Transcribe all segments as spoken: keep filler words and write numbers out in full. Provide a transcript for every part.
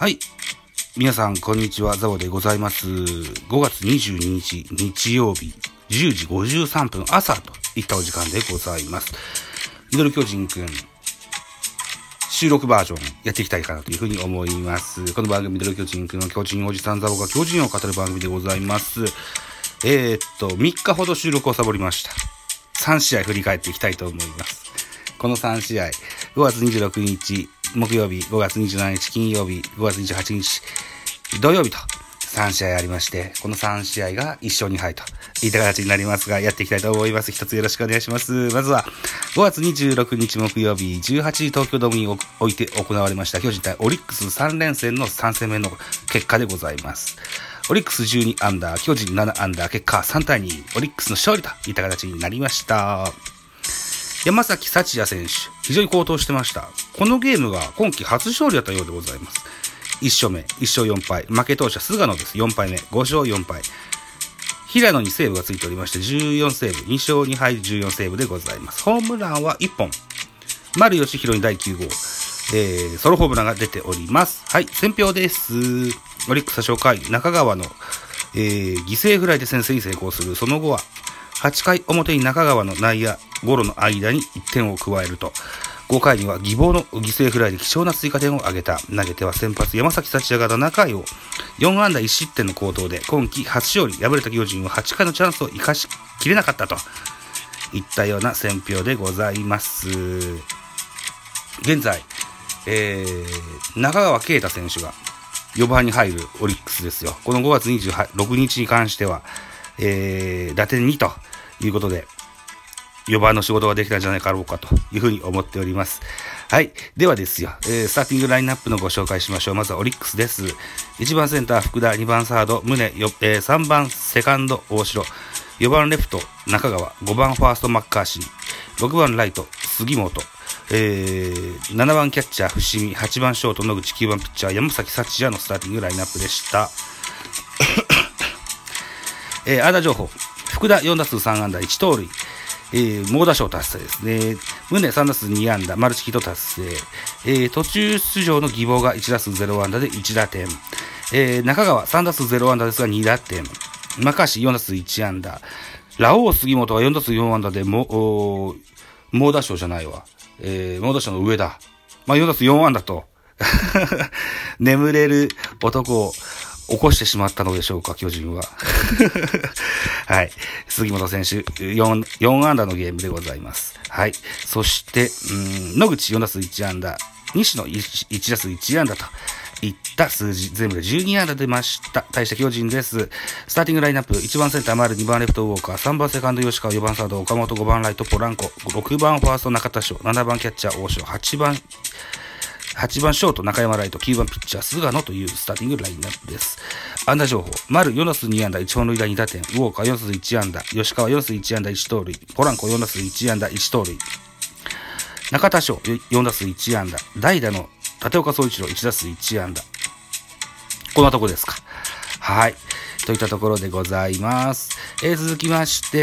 はい。皆さん、こんにちは。ザボでございます。ごがつにじゅうににち、日曜日、じゅうじごじゅうさんぷん、朝といったお時間でございます。ミドル巨人くん、収録バージョンやっていきたいかなというふうに思います。この番組、ミドル巨人くんの巨人おじさんザボが巨人を語る番組でございます。えー、っと、みっかほど収録をサボりました。さんしあい振り返っていきたいと思います。このさんしあい、ごがつにじゅうろくにち、木曜日、ごがつにじゅうしちにち金曜日、ごがつにじゅうはちにち土曜日とさんしあいありまして、このさんしあいがいっしょうにはいといった形になりますが、やっていきたいと思います。一つよろしくお願いします。まずはごがつにじゅうろくにち木曜日、じゅうはちじ東京ドームにおいて行われました巨人対オリックスさんれんせんのさんせんめの結果でございます。オリックスじゅうにアンダー、巨人ななアンダー、結果さんたいに、オリックスの勝利といった形になりました。山崎福也選手、非常に好投してました。このゲームが今季初勝利だったようでございます。いっしょうめ、いっしょうよんぱい、負け投手は菅野です。よんぱいめ、ごしょうよんぱい。平野にセーブがついておりまして、じゅうよんセーブ、にしょうにはいじゅうよんセーブでございます。ホームランはいっぽん。丸義弘にだいきゅうごう、えー、ソロホームランが出ております。はい、選評です。オリックスは初回、中川の、えー、犠牲フライで先制に成功する。その後は、はちかい表に中川の内野ゴロの間にいってんを加えると、ごかいには義母の犠牲フライで貴重な追加点を挙げた。投げては先発山崎福也がななかいをよんあんだいちしってんの好投で今季初勝利。敗れた巨人ははちかいのチャンスを生かしきれなかったといったような選評でございます。現在、えー、中川圭太選手がよばんに入るオリックスですよ。このごがつにじゅうろくにちに関しては、えー、打点にということでよばんの仕事ができたんじゃないかろうかというふうに思っております。はい。ではですよ、えー、スターティングラインナップのご紹介しましょう。まずはオリックスです。いちばんセンター福田、にばんサード宗、えー、さんばんセカンド大城、よばんレフト中川、ごばんファーストマッカーシー、ろくばんライト杉本、えー、ななばんキャッチャー伏見、はちばんショート野口、きゅうばんピッチャー山崎福也のスターティングラインナップでした。えー、間情報、福田よんだすうさんあんだいちとうるい、えー、猛打賞達成ですね。宗さんだすうにあんだ、マルチヒット達成。えー、途中出場の義母がいちだすうゼロあんだでいちだてん。えー、中川さんだすうゼロあんだですがにだてん。マカシよんだすういちあんだ。ラオウ杉本はよんだすうよんあんだでも、猛打賞じゃないわ。えー、猛打賞の上だ。まあ、よんだすうよんあんだと。眠れる男を起こしてしまったのでしょうか、巨人は。はい。杉本選手4、4安打のゲームでございます。はい。そして、うん、野口よんだすういちあんだ、西野いちだすういちあんだといった数字、全部でじゅうにあんだ出ました。対して巨人です。スターティングラインナップ、いちばんセンター丸、にばんレフトウォーカー、さんばんセカンド吉川、よばんサード岡本、ごばんライトポランコ、ろくばんファースト中田翔、ななばんキャッチャー大城、はちばんはちばんショート中山ライト、きゅうばんピッチャー菅野というスターティングラインナップです。安打情報、丸よんだすうにあんだいちほんるいだにだてん、ウォーカーよんだすういちあんだ、吉川よんだすういちあんだいちとうるい、ポランコよんだすういちあんだいちとうるい、中田翔よんだすういちあんだ、代打の立岡総一郎いちだすういちあんだ。こんなとこですか。はい。といったところでございます。えー、続きまして、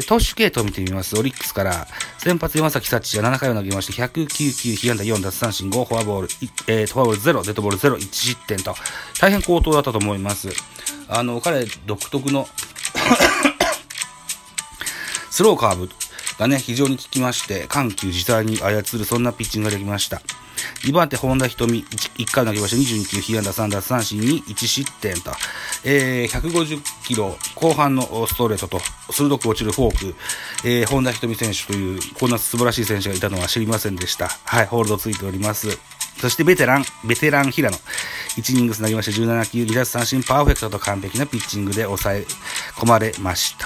投手系統を見てみます。オリックスから、先発山崎福也ななかいを投げまして、ひゃくきゅうきゅう、被安打よん、奪三振ご、フォアボール、えー、フォアボールゼロ、デッドボールゼロ、いちしってんと、大変好投だったと思います。あの、彼独特の、スローカーブがね、非常に効きまして、緩急自在に操る、そんなピッチングができました。にばん手、本田瞳、いっかい投げまして、にじゅうにきゅう、被安打さん、奪三振に、いちしってんと、えー、ひゃくごじゅっキロ、後半のストレートと、鋭く落ちるフォーク、えー、本田瞳選手という、こんな素晴らしい選手がいたのは知りませんでした。はい、ホールドついております。そしてベテラン、ベテラン平野、いちイニングス投げまして、じゅうななきゅう、にだすさんしん、パーフェクトと完璧なピッチングで抑え込まれました。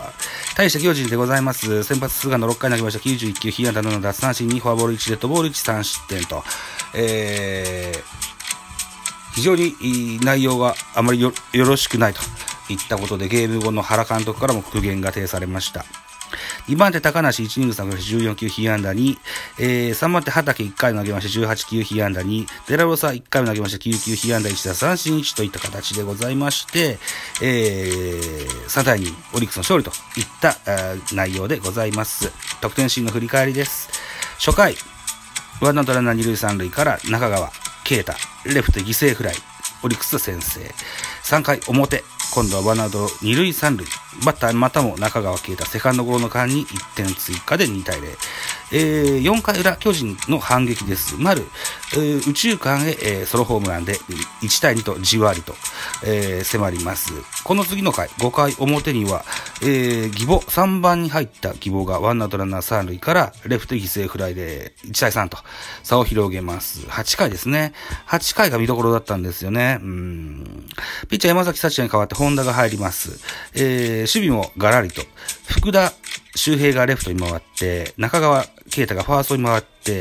対して巨人でございます。先発菅野ろっかい投げました。きゅうじゅういっきゅう、被安打なな、奪三振に、フォアボールいち、デッドボールいち、さんしってんと、えー、非常に内容があまり よ, よろしくないといったことで、ゲーム後の原監督からも苦言が呈されました。にばん手高梨いちイニングス投げましてじゅうよんきゅう、被安打に、えー、さんばん手畠いっかい投げましてじゅうはちきゅう、被安打に、デラロサいっかい投げましてきゅうきゅう、被安打いち、奪三振いちといった形でございまして、えー、さんたいにオリックスの勝利といった、えー、内容でございます。得点シーンの振り返りです。初回ワンアウトランナーにるいさんるいから中川啓太、レフト犠牲フライ、オリックス先制。さんかい表、今度はワンアウト二塁三塁、バッターまたも中川啓太、セカンドゴロの間にいってん追加でにたいゼロ。えー、よんかい裏、巨人の反撃です。丸、えー、宇宙間へ、えー、ソロホームランでいちたいにとじわりと、えー、迫ります。この次の回、ごかい表には、えー、義母、さんばんに入った義母がワンアウトランナー三塁からレフト犠牲フライでいちたいさんと差を広げます。はちかいですね。はちかいが見どころだったんですよね。うーん。ピッチャー山崎幸也に代わって本田が入ります。えー、守備もガラリと。福田周平がレフトに回って、中川啓太がファーストに回って、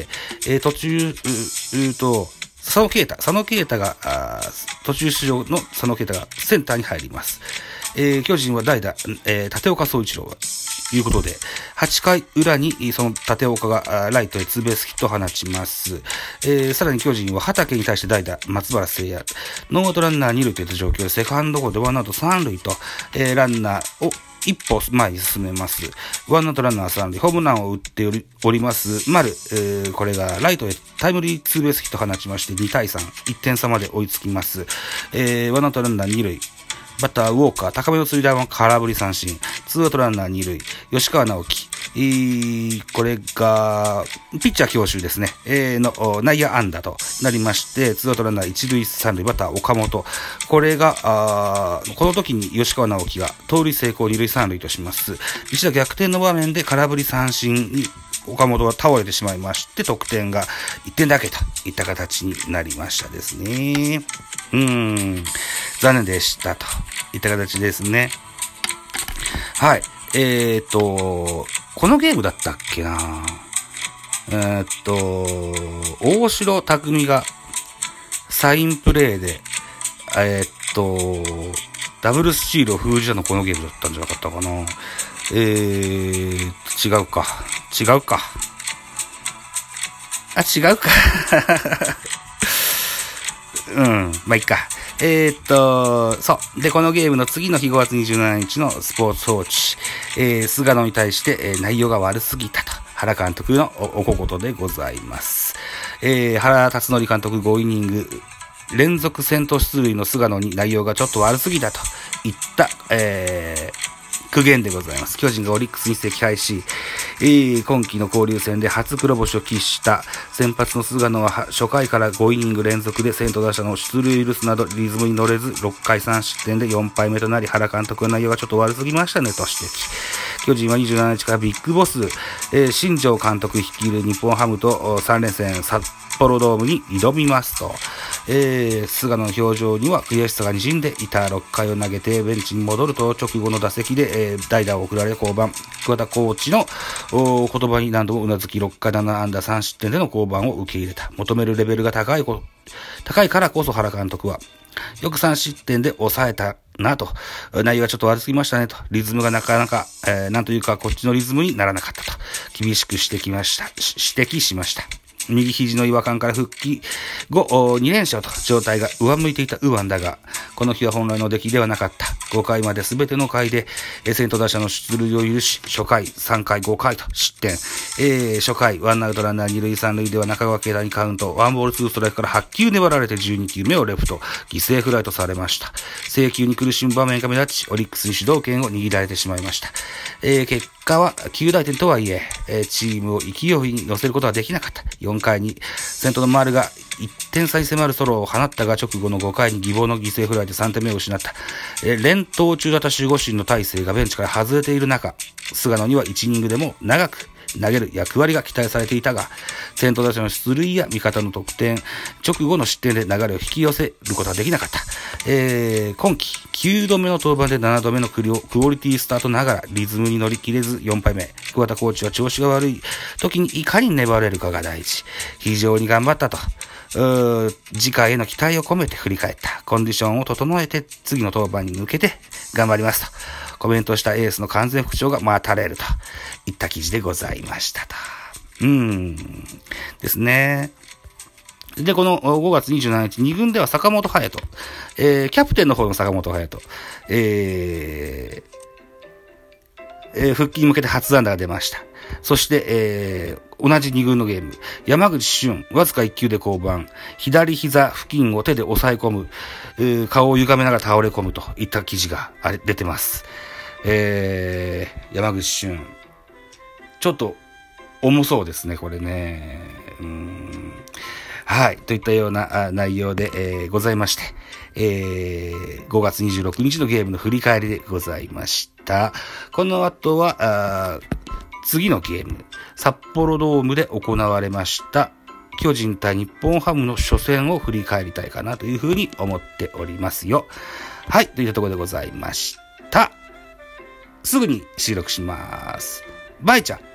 えー、途中、う、うと、佐野啓太、佐野啓太が、途中出場の佐野啓太がセンターに入ります。えー、巨人は代打、えー、立岡総一郎が、ということで、はちかい裏に、その立岡がライトへツーベースヒットを放ちます。えー、さらに巨人は畠に対して代打、松原聖也、ノーアウトランナー二塁といった状況で、セカンドゴロでワンアウト三塁と、えー、ランナーを一歩前に進めます。ワンアウトランナー三塁、ホームランを打っております。丸、えー、これがライトへタイムリーツーベースヒットを放ちましてにたいさん、いってん差まで追いつきます。えー、ワンアウトランナー二塁、バッターウォーカー、高めのスリーランは空振り三振、ツーアウトランナー二塁、吉川直樹、えー、これが、ピッチャー強襲ですね、えー、の内野安打となりまして、ツーアウトランナー一塁三塁、バッター岡本、これが、あこの時に吉川直樹が盗塁成功二塁三塁とします。一打逆転の場面で空振り三振に、岡本は倒れてしまいまして、得点がいってんだけといった形になりましたですね。うーん、残念でしたといった形ですね。はい。えーと、このゲームだったっけなえーと、大城匠がサインプレーで、えーと、ダブルスチールを封じたのこのゲームだったんじゃなかったかな。えー、違うか。違うか。あ、違うか。うん、まあ、いっか。えー、っと、そう。で、このゲームの次の日ごがつにじゅうしちにちのスポーツ報知、えー、菅野に対して、えー、内容が悪すぎたと、原監督のお、お小言でございます。えー、原辰徳監督ごイニング、連続先頭出塁の菅野に内容がちょっと悪すぎたといった、えー、苦言でございます。巨人がオリックスに惜敗し、えー、今季の交流戦で初黒星を喫した先発の菅野は初回からごイニング連続で先頭打者の出塁許すなどリズムに乗れずろっかいさん失点でよんはいめとなり、原監督の内容がちょっと悪すぎましたねと指摘。巨人はにじゅうしちにちからビッグボス、えー、新庄監督率いる日本ハムとさん連戦札幌ドームに挑みますと、えー、菅野の表情には悔しさがにじんでいた。ろっかいを投げてベンチに戻ると直後の打席で、えー、代打を送られ降板。桑田コーチの言葉に何度もうなずき、ろっかいなな安打さん失点での降板を受け入れた。求めるレベルが高いこ高いからこそ原監督はよくさん失点で抑えたなと、内容がちょっと悪すぎましたねと、リズムがなかなか、えー、なんというかこっちのリズムにならなかったと厳しく指摘ました指摘しました。右肘の違和感から復帰後に連勝と状態が上向いていた右腕だが、この日は本来の出来ではなかった。ごかいまで全ての回で先頭打者の出塁を許し、初回さんかいごかいと失点、えー、初回ワンアウトランナー二塁三塁では中川圭太にカウントワンボールツーストライクからはちきゅう粘られてじゅうにきゅうめをレフト犠牲フライとされました。制球に苦しむ場面が目立ち、オリックスに主導権を握られてしまいました。えー、結果はきゅうだいてんとはいええー、チームを勢いに乗せることはできなかった。よんかいに先頭の丸がいってん差に迫るソロを放ったが、直後のごかいに義母の犠牲フライでさんてんめを失った。えー、連投中型守護神の大勢がベンチから外れている中、菅野にはいちイニングでも長く投げる役割が期待されていたが、先頭打者の出塁や味方の得点、直後の失点で流れを引き寄せることはできなかった。えー、今季きゅうどめの登板でななどめのクオリティスタートながらリズムに乗り切れずよんはいめ。桑田コーチは調子が悪い時にいかに粘れるかが大事。非常に頑張ったと。次回への期待を込めて振り返った。コンディションを整えて次の登板に向けて頑張りますとコメントしたエースの完全復調が待たれるといった記事でございましたと。うーんですね。で、このごがつにじゅうしちにち、に軍では坂本勇人、えー、キャプテンの方の坂本勇人、えーえー、復帰に向けて初安打が出ました。 そして、えー、同じに軍のゲーム。山口俊、わずかいっ球で降板。左膝付近を手で押さえ込む。えー、顔を歪めながら倒れ込むといった記事があれ出てます。えー、山口俊。ちょっと重そうですね、これね。うーんはい。といったような内容で、えー、ございまして、えー、ごがつにじゅうろくにちのゲームの振り返りでございました。この後は、あ次のゲーム、札幌ドームで行われました、巨人対日本ハムの初戦を振り返りたいかなというふうに思っておりますよ。はい。といったところでございました。すぐに収録します。バイちゃん。